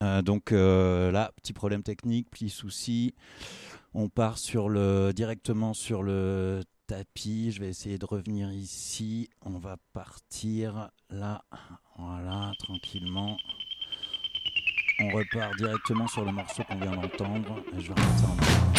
Là, petit problème technique, petit souci. On part directement sur le tapis. Je vais essayer de revenir ici. On va partir là. Voilà, tranquillement. On repart directement sur le morceau qu'on vient d'entendre. Et je vais remettre ça en avant.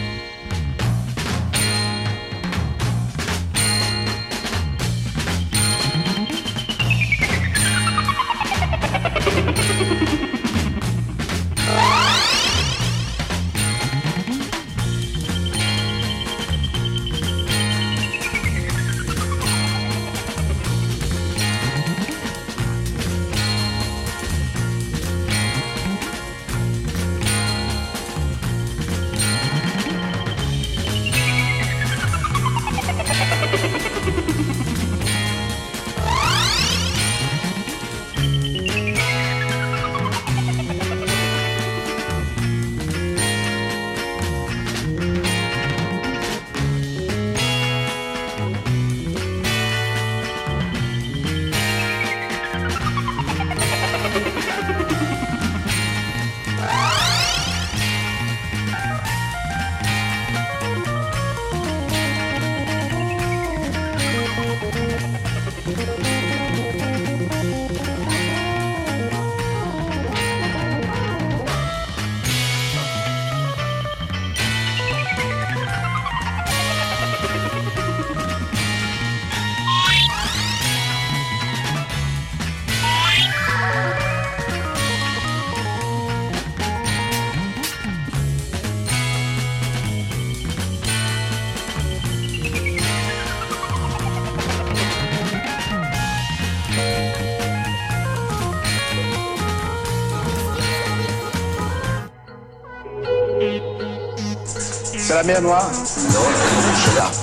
C'est la mer Noire? Non, je suis là.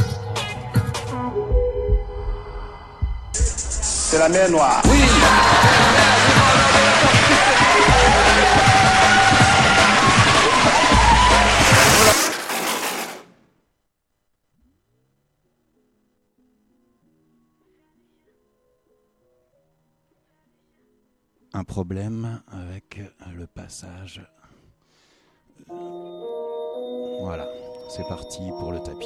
C'est la mer Noire. Oui. Un problème avec le passage. Voilà, c'est parti pour le tapis.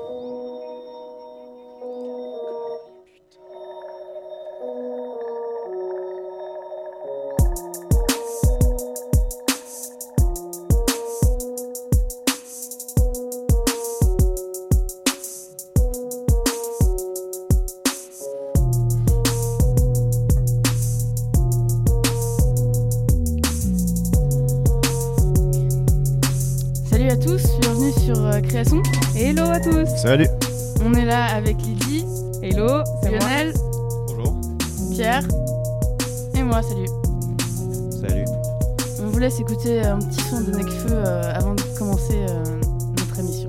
Salut à tous, bienvenue sur Création. Et hello à tous. Salut. On est là avec Lydie. Hello. Lionel. Bonjour. Pierre. Et moi, salut. Salut. On vous laisse écouter un petit son de Necfeu avant de commencer notre émission.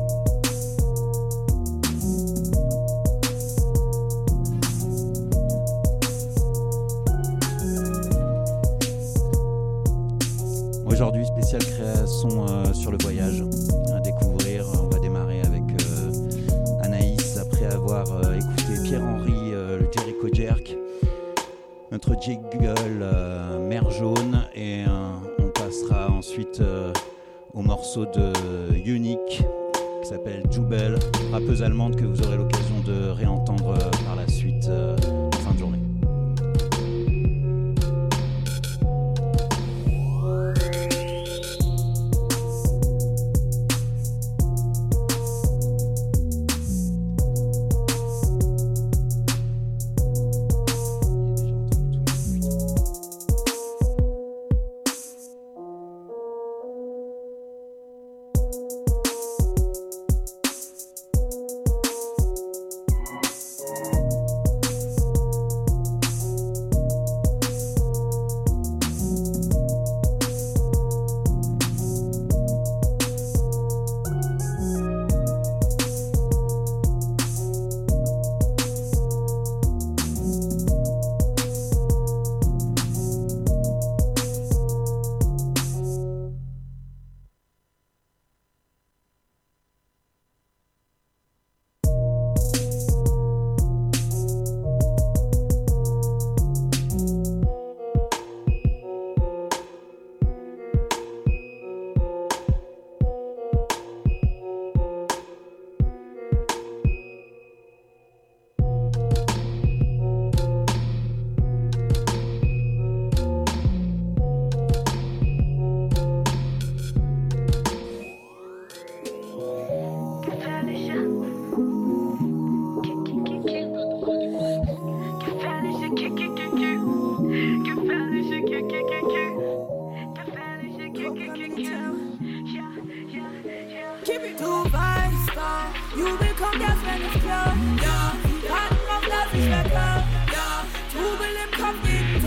Aujourd'hui, spéciale création sur le voyage à découvrir. On va démarrer avec Anaïs après avoir écouté Pierre-Henry, le Jericho Jerk, notre jiggle Mer Jaune, et on passera ensuite au morceau de Unique qui s'appelle Jubel, rappeuse allemande que vous aurez l'occasion de réentendre par la suite en fin de journée.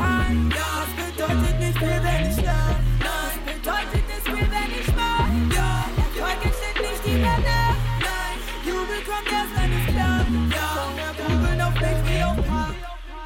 Time. Das bedeutet nicht viel, wenn ich lach. Das bedeutet es viel, wenn ich mach. Ja, Erfolg entsteht nicht die Wände. Nein, Jubel kommt erst, wenn es klappt. Ja, Kugeln auf mich wie auf Park.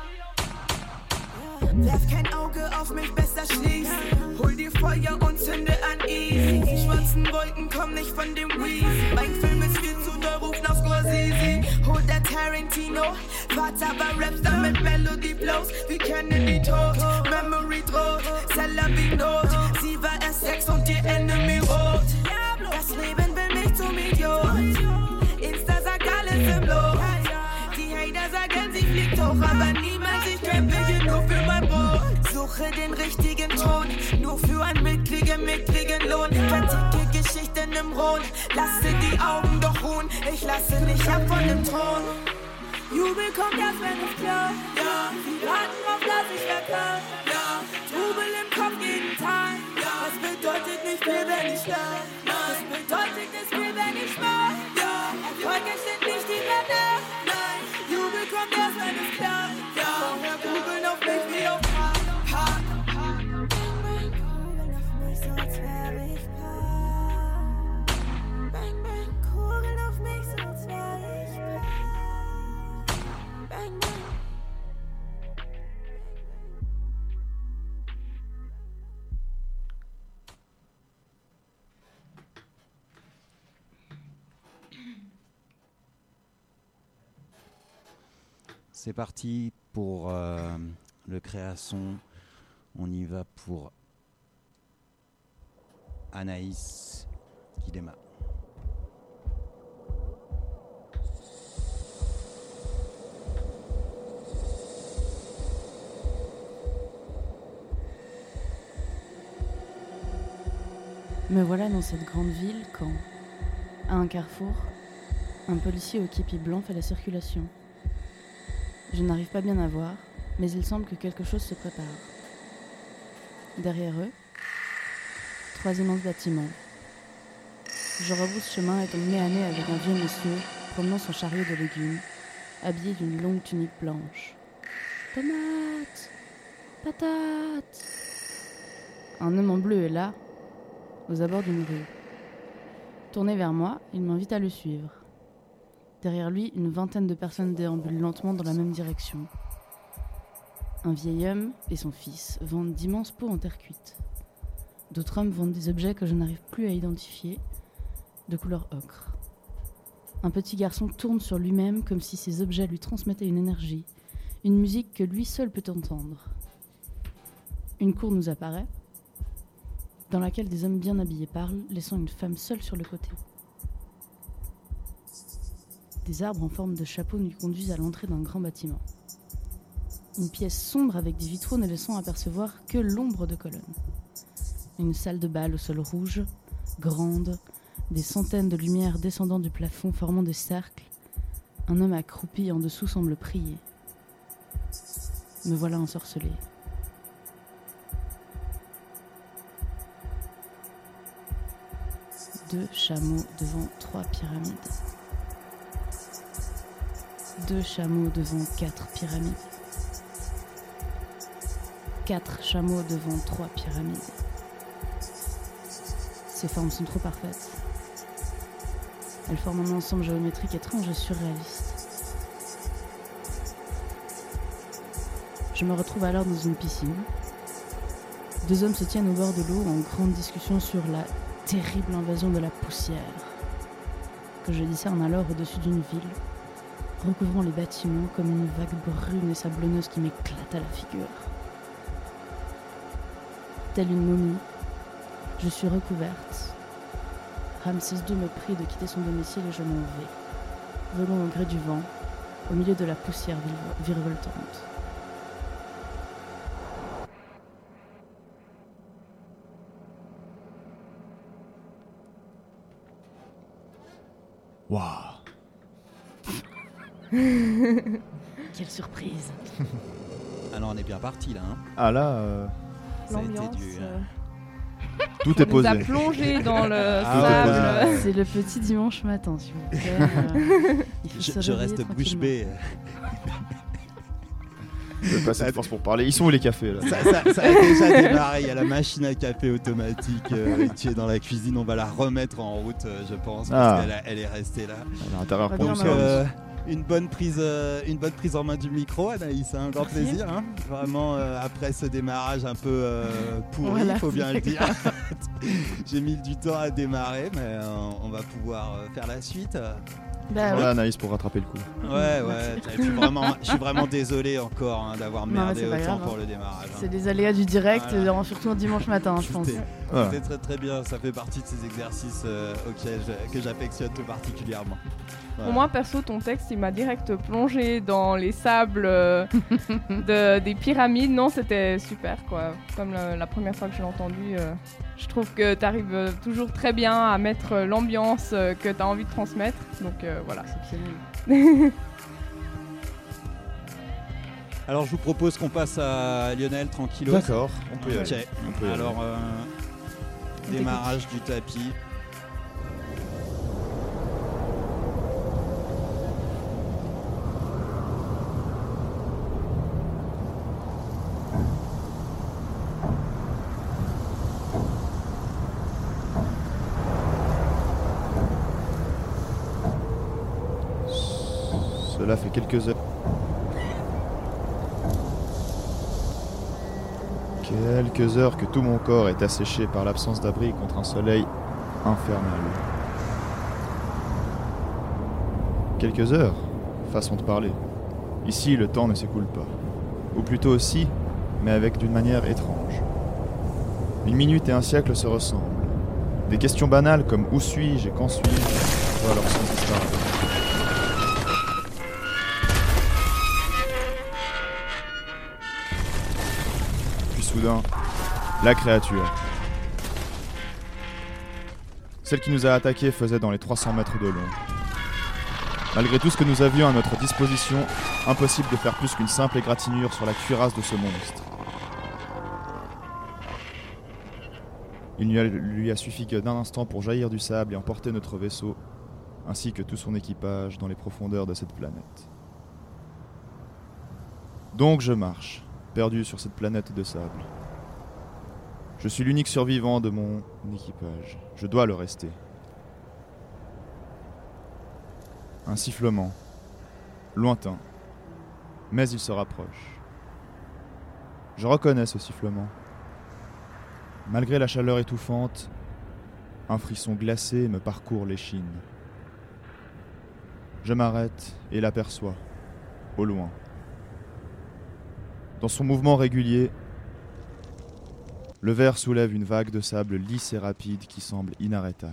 Werf kein Auge auf mich, besser schließ. Hol dir Feuer und zünde an Easy. Die schwarzen Wolken kommen nicht von dem Weed. Mein Film ist viel zu doll, ruf nach Scorsese. Hol der Tarantino, Vater war Rapstar mit Melody Blows. Wir kennen die Tod, Memory droht, Cella wie Not. Sie war erst 6 und ihr Enemy rot. Das Leben will mich zum Idiot. Insta sagt alles im Lot. Die Hater sagen, sie fliegt hoch, aber niemand sich kämpfe hier nur für mein Brot. Suche den richtigen Ton, nur für ein mickrigen Lohn. Verticke Geschichten im Rot, lasse die Augen doch ruhen. Ich lasse nicht ab von dem Thron. Jubel kommt erst, wenn es klappt. Ja, sie warten drauf, dass ich verkaufe. Ja, Trubel im Kopf jeden Tag. Ja, das bedeutet nicht viel, wenn ich schlaf. Das bedeutet es viel, wenn ich mach. Ja, Erfolg entsteht nicht die Wände. Nein, Jubel kommt erst, wenn es klappt. Ja, vorher Kugeln auf mich wie auf Park. Kugeln auf mich, so als wär ich Park. Bang, bang, Kugeln auf mich, so als wär ich Park. Bang, bang. C'est parti pour le créason. On y va pour Anaïs qui démarre. Me voilà dans cette grande ville quand, à un carrefour, un policier au képi blanc fait la circulation. Je n'arrive pas bien à voir, mais il semble que quelque chose se prépare. Derrière eux, 3 immenses bâtiments. Je rebrousse chemin et tombe nez à nez avec un vieux monsieur promenant son chariot de légumes, habillé d'une longue tunique blanche. Tomates, patates. Un homme en bleu est là, aux abords d'une rue. Tourné vers moi, il m'invite à le suivre. Derrière lui, une vingtaine de personnes déambulent lentement dans la même direction. Un vieil homme et son fils vendent d'immenses pots en terre cuite. D'autres hommes vendent des objets que je n'arrive plus à identifier, de couleur ocre. Un petit garçon tourne sur lui-même comme si ces objets lui transmettaient une énergie, une musique que lui seul peut entendre. Une cour nous apparaît, dans laquelle des hommes bien habillés parlent, laissant une femme seule sur le côté. Des arbres en forme de chapeau nous conduisent à l'entrée d'un grand bâtiment. Une pièce sombre avec des vitraux ne laissant apercevoir que l'ombre de colonnes. Une salle de bal au sol rouge, grande, des centaines de lumières descendant du plafond formant des cercles. Un homme accroupi en dessous semble prier. Me voilà ensorcelé. Deux chameaux devant 3 pyramides. 2 chameaux devant 4 pyramides. 4 chameaux devant 3 pyramides. Ces formes sont trop parfaites. Elles forment un ensemble géométrique étrange et surréaliste. Je me retrouve alors dans une piscine. 2 hommes se tiennent au bord de l'eau en grande discussion sur la terrible invasion de la poussière, que je discerne alors au-dessus d'une ville, recouvrant les bâtiments comme une vague brune et sablonneuse qui m'éclate à la figure. Telle une momie, je suis recouverte. Ramsès II me prie de quitter son domicile et je m'en vais, volant au gré du vent, au milieu de la poussière virevoltante. Waouh. Quelle surprise. Alors on est bien parti là. Hein. Ah là, Ça a été L'ambiance, du. tout est on nous a posé. plongé dans le Ah, sable. C'est le petit dimanche matin, s'il vous plaît. Il faut se Je réveiller reste bouche tranquillement. bée. Je vais passer de force pour parler. Ils sont où les cafés là? Ça a déjà démarré. Il y a la machine à café automatique qui est dans la cuisine. On va la remettre en route, je pense, parce qu'elle est restée là. À l'intérieur Donc, une bonne prise en main du micro, Anaïs, un grand plaisir. Hein. Vraiment, après ce démarrage un peu pourri, il faut bien le dire. J'ai mis du temps à démarrer, mais on va pouvoir faire la suite. Bah, Voilà Anaïs pour rattraper le coup. Ouais. Je suis vraiment désolé encore d'avoir merdé c'est pas autant grave, pour le démarrage. c'est des aléas du direct, Voilà. surtout un dimanche matin, je pense. Voilà. C'était très très bien, ça fait partie de ces exercices que j'affectionne tout particulièrement. Pour moi, perso, ton texte, il m'a direct plongé dans les sables des pyramides. Non, c'était super, quoi. Comme la première fois que je l'ai entendu, je trouve que tu arrives toujours très bien à mettre l'ambiance que tu as envie de transmettre. Donc voilà, c'est nul. Alors je vous propose qu'on passe à Lionel tranquillos. D'accord, on peut y Ok. aller. On peut y aller. Alors démarrage du tapis. Cela fait quelques heures. Quelques heures que tout mon corps est asséché par l'absence d'abri contre un soleil infernal. Quelques heures, façon de parler. Ici, le temps ne s'écoule pas. Ou plutôt aussi, mais avec d'une manière étrange. Une minute et un siècle se ressemblent. Des questions banales comme où suis-je et quand suis-je voient leur sens disparaître. Puis soudain, la créature. Celle qui nous a attaqués faisait dans les 300 mètres de long. Malgré tout ce que nous avions à notre disposition, impossible de faire plus qu'une simple égratignure sur la cuirasse de ce monstre. Il lui a suffi que d'un instant pour jaillir du sable et emporter notre vaisseau, ainsi que tout son équipage, dans les profondeurs de cette planète. Donc je marche, perdu sur cette planète de sable. Je suis l'unique survivant de mon équipage. Je dois le rester. Un sifflement, lointain, mais il se rapproche. Je reconnais ce sifflement. Malgré la chaleur étouffante, un frisson glacé me parcourt l'échine. Je m'arrête et l'aperçois, au loin. Dans son mouvement régulier, le ver soulève une vague de sable lisse et rapide qui semble inarrêtable.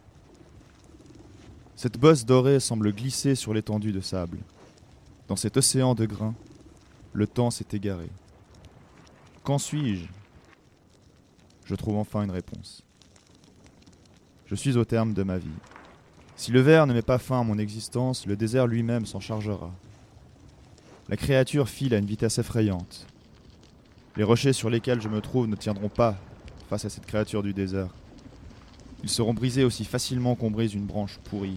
Cette bosse dorée semble glisser sur l'étendue de sable. Dans cet océan de grains, le temps s'est égaré. Qu'en suis-je ? Je trouve enfin une réponse. Je suis au terme de ma vie. Si le ver ne met pas fin à mon existence, le désert lui-même s'en chargera. La créature file à une vitesse effrayante. Les rochers sur lesquels je me trouve ne tiendront pas face à cette créature du désert. Ils seront brisés aussi facilement qu'on brise une branche pourrie.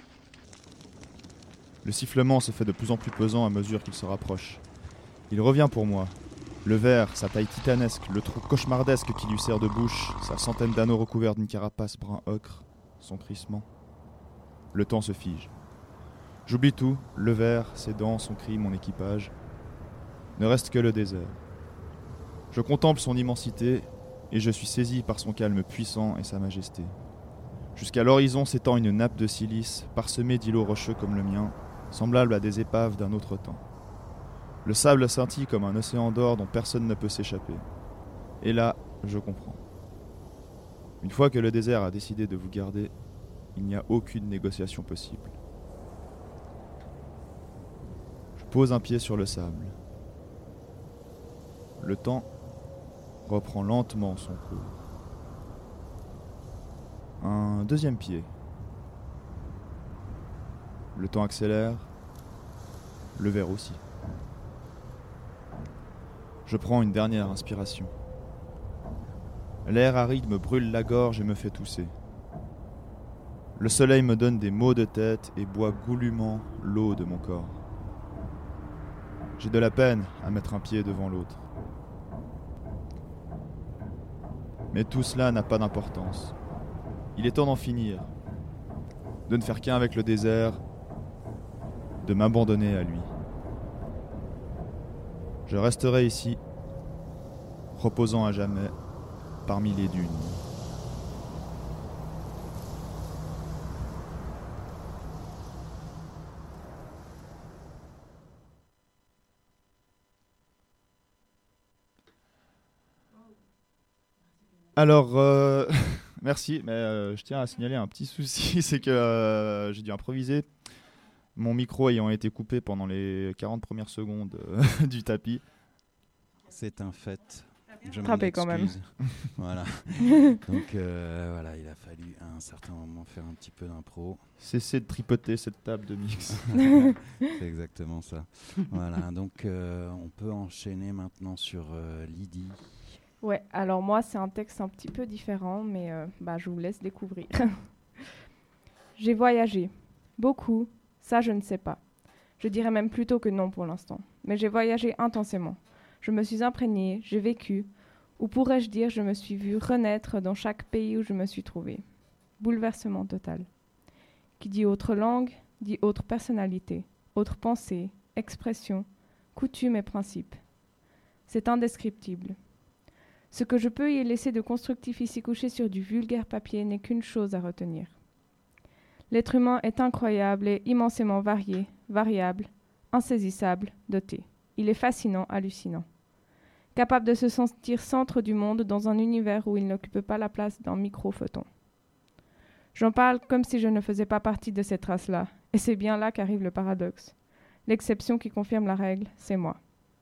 Le sifflement se fait de plus en plus pesant à mesure qu'il se rapproche. Il revient pour moi. Le ver, sa taille titanesque, le trou cauchemardesque qui lui sert de bouche, sa centaine d'anneaux recouverts d'une carapace brun ocre, son crissement. Le temps se fige. J'oublie tout, le ver, ses dents, son cri, mon équipage. Ne reste que le désert. Je contemple son immensité et je suis saisi par son calme puissant et sa majesté. Jusqu'à l'horizon s'étend une nappe de silice, parsemée d'îlots rocheux comme le mien, semblables à des épaves d'un autre temps. Le sable scintille comme un océan d'or dont personne ne peut s'échapper. Et là, je comprends. Une fois que le désert a décidé de vous garder, il n'y a aucune négociation possible. Je pose un pied sur le sable. Le temps reprend lentement son cours. Un deuxième pied. Le temps accélère, le ver aussi. Je prends une dernière inspiration. L'air aride me brûle la gorge et me fait tousser. Le soleil me donne des maux de tête et boit goulûment l'eau de mon corps. J'ai de la peine à mettre un pied devant l'autre. Mais tout cela n'a pas d'importance. Il est temps d'en finir, de ne faire qu'un avec le désert, de m'abandonner à lui. Je resterai ici, reposant à jamais, parmi les dunes. Alors, merci, mais je tiens à signaler un petit souci, c'est que j'ai dû improviser, mon micro ayant été coupé pendant les 40 premières secondes du tapis. C'est un fait. Je m'en Frappé quand même. excuse. Voilà. Donc voilà, il a fallu à un certain moment faire un petit peu d'impro. Cessez de tripoter cette table de mix. C'est exactement ça. Voilà, donc on peut enchaîner maintenant sur Lydie. Ouais, alors moi, c'est un texte un petit peu différent, mais je vous laisse découvrir. J'ai voyagé. Beaucoup, ça je ne sais pas. Je dirais même plutôt que non pour l'instant. Mais j'ai voyagé intensément. Je me suis imprégnée, j'ai vécu, ou pourrais-je dire, je me suis vue renaître dans chaque pays où je me suis trouvée. Bouleversement total. Qui dit autre langue, dit autre personnalité, autre pensée, expression, coutumes et principes. C'est indescriptible. Ce que je peux y laisser de constructif ici couché sur du vulgaire papier n'est qu'une chose à retenir. L'être humain est incroyable et immensément varié, variable, insaisissable, doté. Il est fascinant, hallucinant. Capable de se sentir centre du monde dans un univers où il n'occupe pas la place d'un micro-photon. J'en parle comme si je ne faisais pas partie de cette race-là, et c'est bien là qu'arrive le paradoxe. L'exception qui confirme la règle, c'est moi.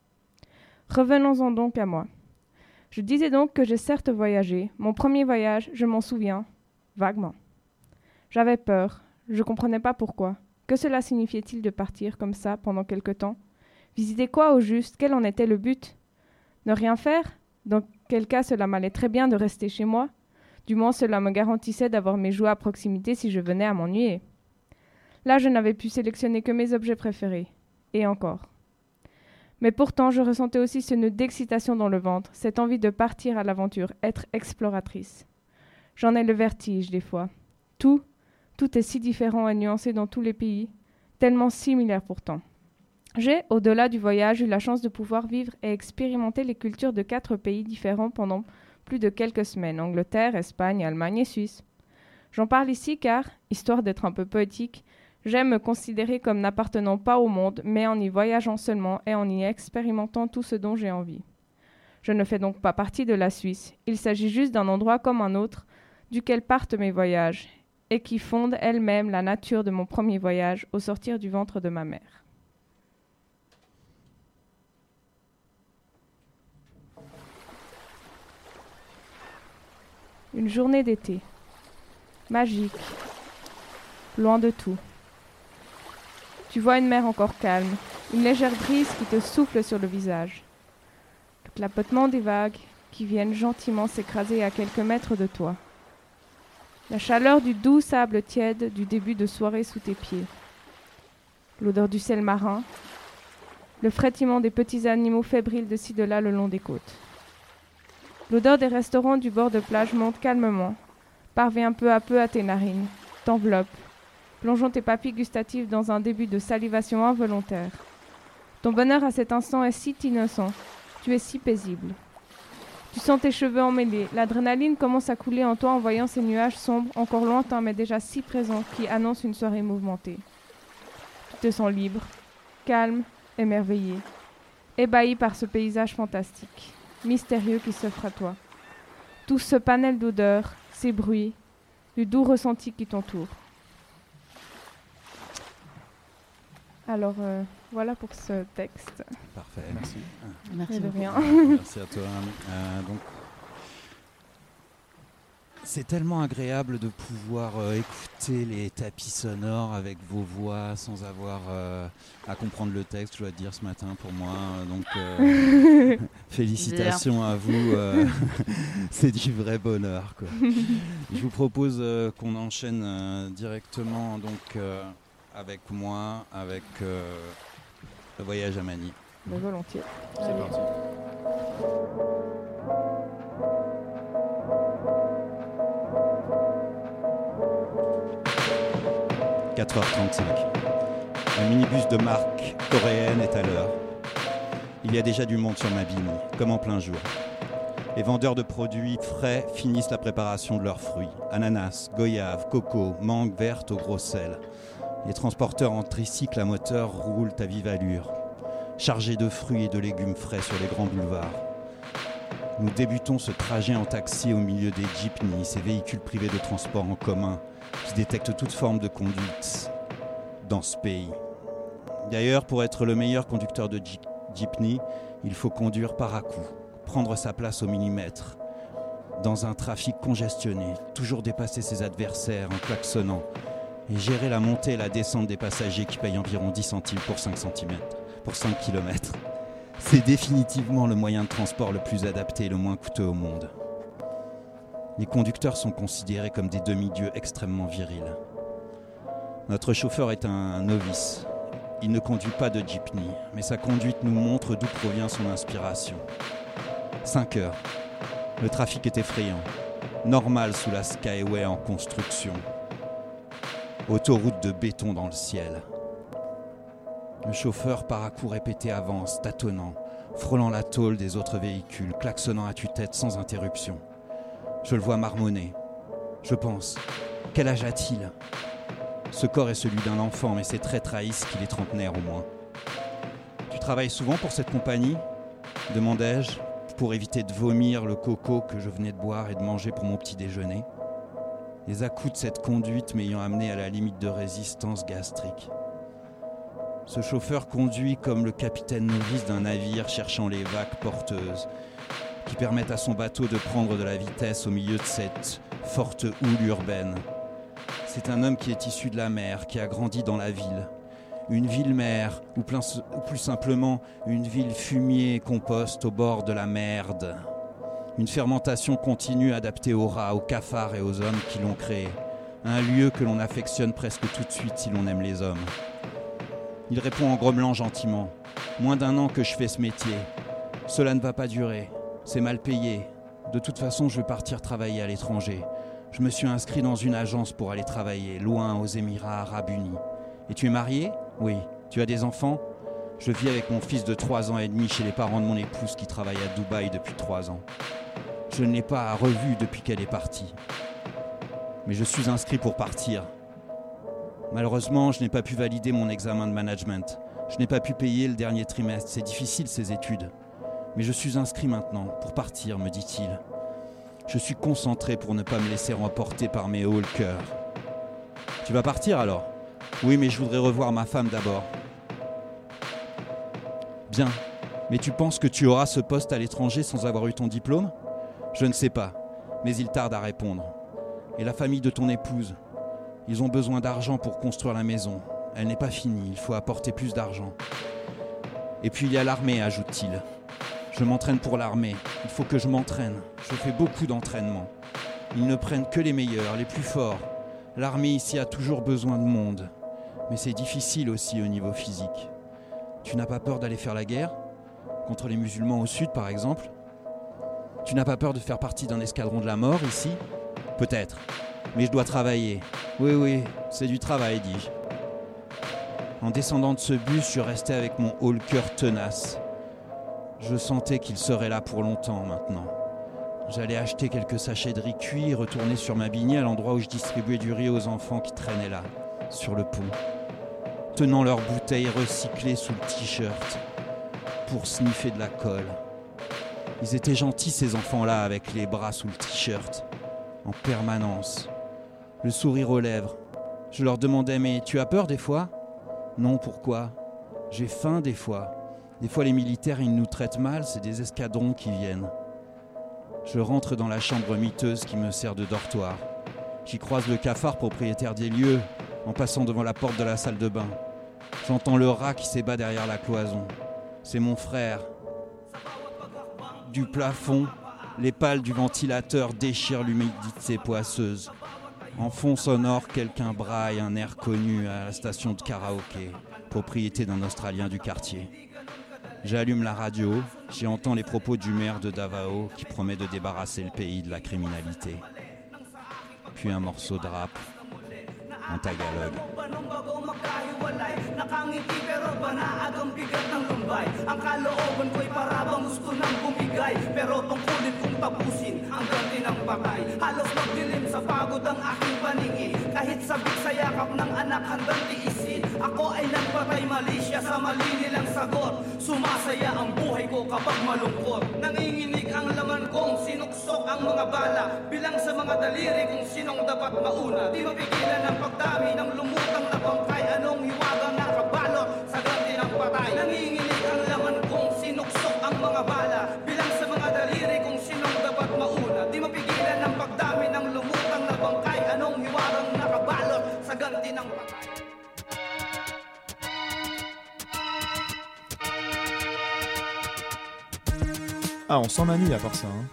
Revenons-en donc à moi. Je disais donc que j'ai certes voyagé. Mon premier voyage, je m'en souviens, vaguement. J'avais peur, je comprenais pas pourquoi. Que cela signifiait-il de partir comme ça pendant quelque temps ? Visiter quoi au juste ? Quel en était le but ? Ne rien faire ? Dans quel cas cela m'allait très bien de rester chez moi ? Du moins cela me garantissait d'avoir mes jouets à proximité si je venais à m'ennuyer. Là je n'avais pu sélectionner que mes objets préférés. Et encore. Mais pourtant, je ressentais aussi ce nœud d'excitation dans le ventre, cette envie de partir à l'aventure, être exploratrice. J'en ai le vertige des fois. Tout est si différent et nuancé dans tous les pays, tellement similaire pourtant. J'ai, au-delà du voyage, eu la chance de pouvoir vivre et expérimenter les cultures de 4 pays différents pendant plus de quelques semaines, Angleterre, Espagne, Allemagne et Suisse. J'en parle ici car, histoire d'être un peu poétique, j'aime me considérer comme n'appartenant pas au monde, mais en y voyageant seulement et en y expérimentant tout ce dont j'ai envie. Je ne fais donc pas partie de la Suisse. Il s'agit juste d'un endroit comme un autre, duquel partent mes voyages, et qui fonde elle-même la nature de mon premier voyage au sortir du ventre de ma mère. Une journée d'été. Magique. Loin de tout. Tu vois une mer encore calme, une légère brise qui te souffle sur le visage. Le clapotement des vagues qui viennent gentiment s'écraser à quelques mètres de toi. La chaleur du doux sable tiède du début de soirée sous tes pieds. L'odeur du sel marin. Le frétillement des petits animaux fébriles de ci de là le long des côtes. L'odeur des restaurants du bord de plage monte calmement, parvient peu à peu à tes narines, t'enveloppe, plongeant tes papilles gustatives dans un début de salivation involontaire. Ton bonheur à cet instant est si innocent, tu es si paisible. Tu sens tes cheveux emmêlés, l'adrénaline commence à couler en toi en voyant ces nuages sombres, encore lointains mais déjà si présents, qui annoncent une soirée mouvementée. Tu te sens libre, calme, émerveillé, ébahi par ce paysage fantastique, mystérieux qui s'offre à toi. Tout ce panel d'odeurs, ces bruits, du doux ressenti qui t'entoure. Alors, voilà pour ce texte. Parfait. Merci. Merci De beaucoup. rien. Merci à toi. Donc, c'est tellement agréable de pouvoir écouter les tapis sonores avec vos voix sans avoir à comprendre le texte, je dois dire, ce matin pour moi. Donc, félicitations à vous. C'est du vrai bonheur, quoi. Je vous propose qu'on enchaîne directement donc, avec moi, avec le voyage à Manille. Mais volontiers. C'est Allez. parti. « 4h35. Un minibus de marque coréenne est à l'heure. Il y a déjà du monde sur ma bini, comme en plein jour. Les vendeurs de produits frais finissent la préparation de leurs fruits. Ananas, goyave, coco, mangue verte au gros sel. Les transporteurs en tricycle à moteur roulent à vive allure, chargés de fruits et de légumes frais sur les grands boulevards. Nous débutons ce trajet en taxi au milieu des jeepneys, ces véhicules privés de transport en commun qui détectent toute forme de conduite dans ce pays. D'ailleurs, pour être le meilleur conducteur de jeepney, il faut conduire par à-coups, prendre sa place au millimètre, dans un trafic congestionné, toujours dépasser ses adversaires en klaxonnant et gérer la montée et la descente des passagers qui payent environ 10 centimes pour 5 km. C'est définitivement le moyen de transport le plus adapté et le moins coûteux au monde. Les conducteurs sont considérés comme des demi-dieux extrêmement virils. Notre chauffeur est un novice. Il ne conduit pas de jeepney, mais sa conduite nous montre d'où provient son inspiration. 5 heures. Le trafic est effrayant. Normal sous la Skyway en construction. Autoroute de béton dans le ciel. Le chauffeur par à coups répétés avance, tâtonnant, frôlant la tôle des autres véhicules, klaxonnant à tue-tête sans interruption. Je le vois marmonner. Je pense, quel âge a-t-il ? Ce corps est celui d'un enfant, mais ses traits trahissent qu'il est trentenaire au moins. Tu travailles souvent pour cette compagnie ? Demandai-je, pour éviter de vomir le coco que je venais de boire et de manger pour mon petit déjeuner. Les à-coups de cette conduite m'ayant amené à la limite de résistance gastrique. Ce chauffeur conduit comme le capitaine novice d'un navire cherchant les vagues porteuses qui permettent à son bateau de prendre de la vitesse au milieu de cette forte houle urbaine. C'est un homme qui est issu de la mer, qui a grandi dans la ville. Une ville-mer, ou plus simplement une ville fumier et compost au bord de la merde. Une fermentation continue adaptée aux rats, aux cafards et aux hommes qui l'ont créé. Un lieu que l'on affectionne presque tout de suite si l'on aime les hommes. Il répond en grommelant gentiment. « Moins d'1 an que je fais ce métier. Cela ne va pas durer. C'est mal payé. De toute façon, je vais partir travailler à l'étranger. Je me suis inscrit dans une agence pour aller travailler, loin aux Émirats Arabes Unis. Et tu es marié ? Oui. Tu as des enfants ? Je vis avec mon fils de 3 ans et demi chez les parents de mon épouse qui travaille à Dubaï depuis 3 ans. Je ne l'ai pas revue depuis qu'elle est partie. Mais je suis inscrit pour partir. Malheureusement, je n'ai pas pu valider mon examen de management. Je n'ai pas pu payer le dernier trimestre. C'est difficile ces études. Mais je suis inscrit maintenant, pour partir, me dit-il. Je suis concentré pour ne pas me laisser emporter par mes hauts le cœur. Tu vas partir alors ? Oui, mais je voudrais revoir ma femme d'abord. Bien, mais tu penses que tu auras ce poste à l'étranger sans avoir eu ton diplôme ? Je ne sais pas, mais il tarde à répondre. Et la famille de ton épouse ? Ils ont besoin d'argent pour construire la maison. Elle n'est pas finie, il faut apporter plus d'argent. Et puis il y a l'armée, ajoute-t-il. Je m'entraîne pour l'armée, il faut que je m'entraîne. Je fais beaucoup d'entraînement. Ils ne prennent que les meilleurs, les plus forts. L'armée ici a toujours besoin de monde. Mais c'est difficile aussi au niveau physique. Tu n'as pas peur d'aller faire la guerre ? Contre les musulmans au sud, par exemple ? Tu n'as pas peur de faire partie d'un escadron de la mort ici ? Peut-être. Mais je dois travailler. Oui, c'est du travail, dis-je. En descendant de ce bus, je restais avec mon haut le cœur tenace. Je sentais qu'il serait là pour longtemps maintenant. J'allais acheter quelques sachets de riz cuit et retourner sur ma bini à l'endroit où je distribuais du riz aux enfants qui traînaient là, sur le pont, tenant leurs bouteilles recyclées sous le t-shirt pour sniffer de la colle. Ils étaient gentils ces enfants-là avec les bras sous le t-shirt, en permanence, le sourire aux lèvres. Je leur demandais « Mais tu as peur des fois ?»« Non, pourquoi ? J'ai faim des fois. Des fois les militaires ils nous traitent mal, c'est des escadrons qui viennent. » Je rentre dans la chambre miteuse qui me sert de dortoir. J'y croise le cafard propriétaire des lieux en passant devant la porte de la salle de bain. J'entends le rat qui s'ébat derrière la cloison. C'est mon frère. Du plafond, les pales du ventilateur déchirent l'humidité poisseuse. En fond sonore, quelqu'un braille un air connu à la station de karaoké, propriété d'un Australien du quartier. J'allume la radio, j'y entends les propos du maire de Davao qui promet de débarrasser le pays de la criminalité. Puis un morceau de rap en tagalog. Nakangiti pero banaagang bigat ng lumbay. Ang kalooban ko'y parabang gusto nang bumigay. Pero tungkulin kong tapusin ang ganti ng patay. Halos magdilim sa pagod ang aking paningin. Kahit sabik sa yakap ng anak handang tiisin. Ako ay nagpatay mali siya sa mali nilang sagot. Sumasaya ang buhay ko kapag malungkot. Nanginginig ang laman kong sinuksok ang mga bala. Bilang sa mga daliri kung sinong dapat mauna. Di mapigilan ang pagdami ng lumutang na bangkay. Anong hiwagang nakabalot sa ganti ng patay. Nanginginig ang laman kong sinuksok ang mga bala. Bilang sa mga daliri kung sinong dapat mauna. Di mapigilan ang pagdami ng lumutang na bangkay. Anong hiwagang nakabalot sa ganti ng patay. Ah, on sent Mani à part ça. Hein.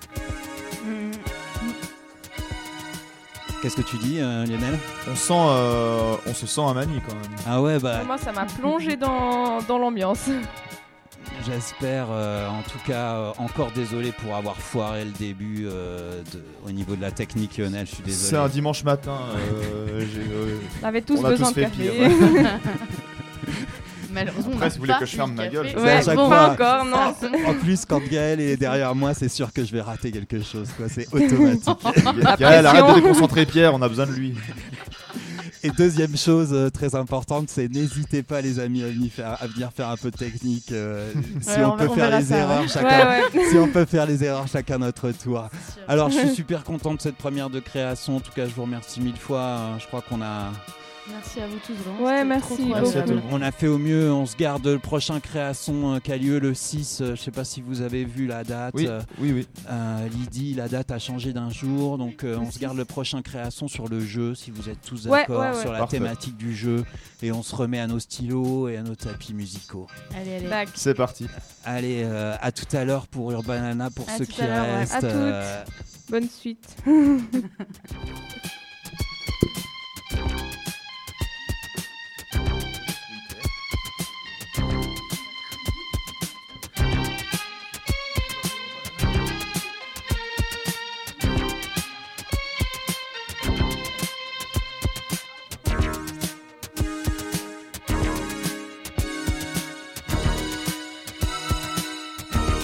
Qu'est-ce que tu dis, Lionel ? On se sent à Mani quand même. Ah ouais, bah Moi, ça m'a plongé dans l'ambiance. j'espère, en tout cas, encore désolé pour avoir foiré le début au niveau de la technique, Lionel, je suis désolé. C'est un dimanche matin. On avait tous On a besoin tous de fait café. pire. Malheureusement, Après, on si n'a vous voulez pas que je ferme eu ma de gueule, café. je sais à Ouais, chaque bon, fois. pas encore, non. En plus, quand Gaël est derrière moi, c'est sûr que je vais rater quelque chose, quoi. C'est automatique. Gaël, arrête de déconcentrer Pierre, on a besoin de lui. Et deuxième chose très importante, c'est n'hésitez pas, les amis, à venir faire un peu de technique. Si Ouais, on peut on faire verra les ça, erreurs ouais. chacun. Ouais, ouais. Si on peut faire les erreurs chacun à notre tour. Sûr. Alors, je suis super content de cette première de création. En tout cas, je vous remercie 1000 fois. Je crois qu'on a. Merci à vous tous, vraiment. Ouais, c'était merci trop beaucoup. Merci à agréable. toi. On a fait au mieux, on se garde le prochain création qui a lieu le 6. Je sais pas si vous avez vu la date. Oui, oui. Lydie, la date a changé d'un jour, donc on se garde le prochain création sur le jeu, si vous êtes tous Ouais, d'accord ouais, ouais. sur la Parfait. thématique du jeu, et on se remet à nos stylos et à nos tapis musicaux. Allez, allez. Bac. C'est parti. Allez, à tout à l'heure pour Urbanana, pour À ceux tout qui à l'heure, ouais. restent. À toutes. Bonne suite.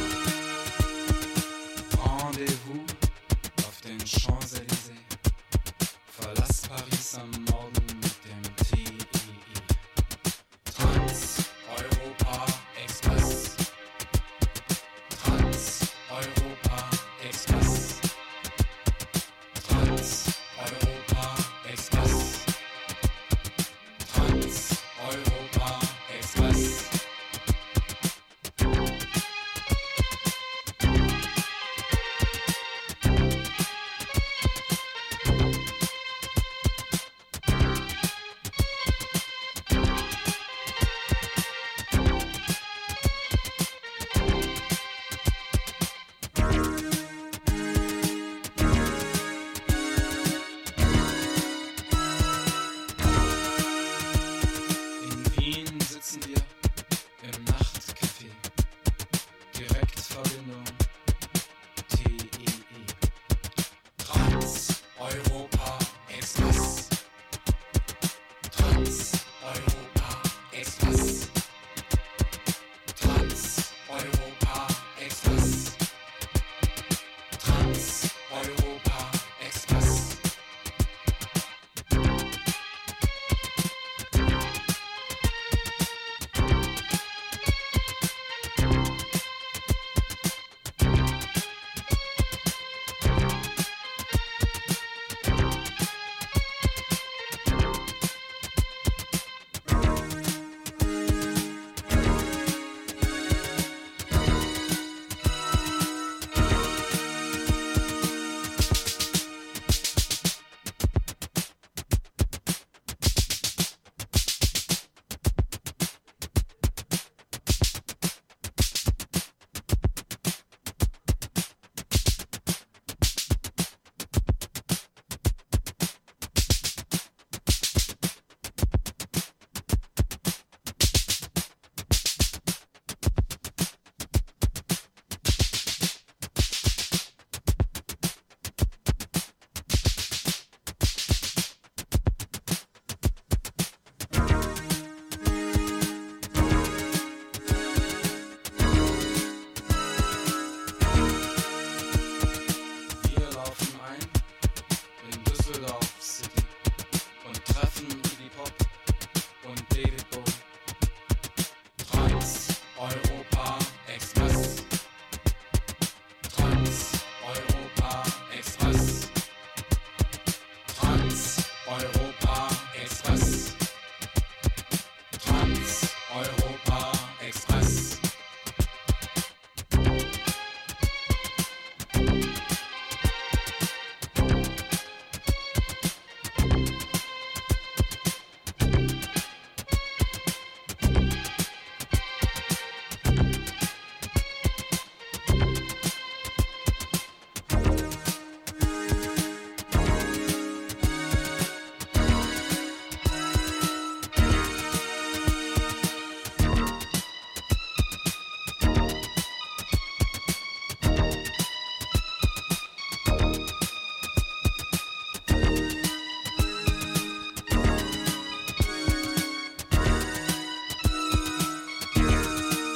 Rendez-vous, Often Champs-Élysées.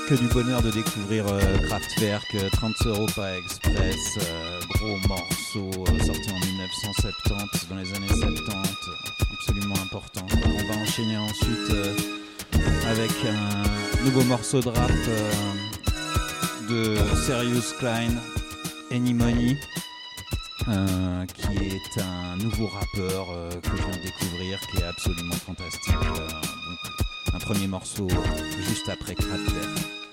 que du bonheur de découvrir Kraftwerk, 30 € par express, gros morceau sorti en 1970, dans les années 70, absolument important. On va enchaîner ensuite avec un nouveau morceau de rap de Serious Klein, Any Money, qui est un nouveau rappeur que je viens de découvrir, qui est absolument fantastique. Donc, un premier morceau juste après Kraftwerk.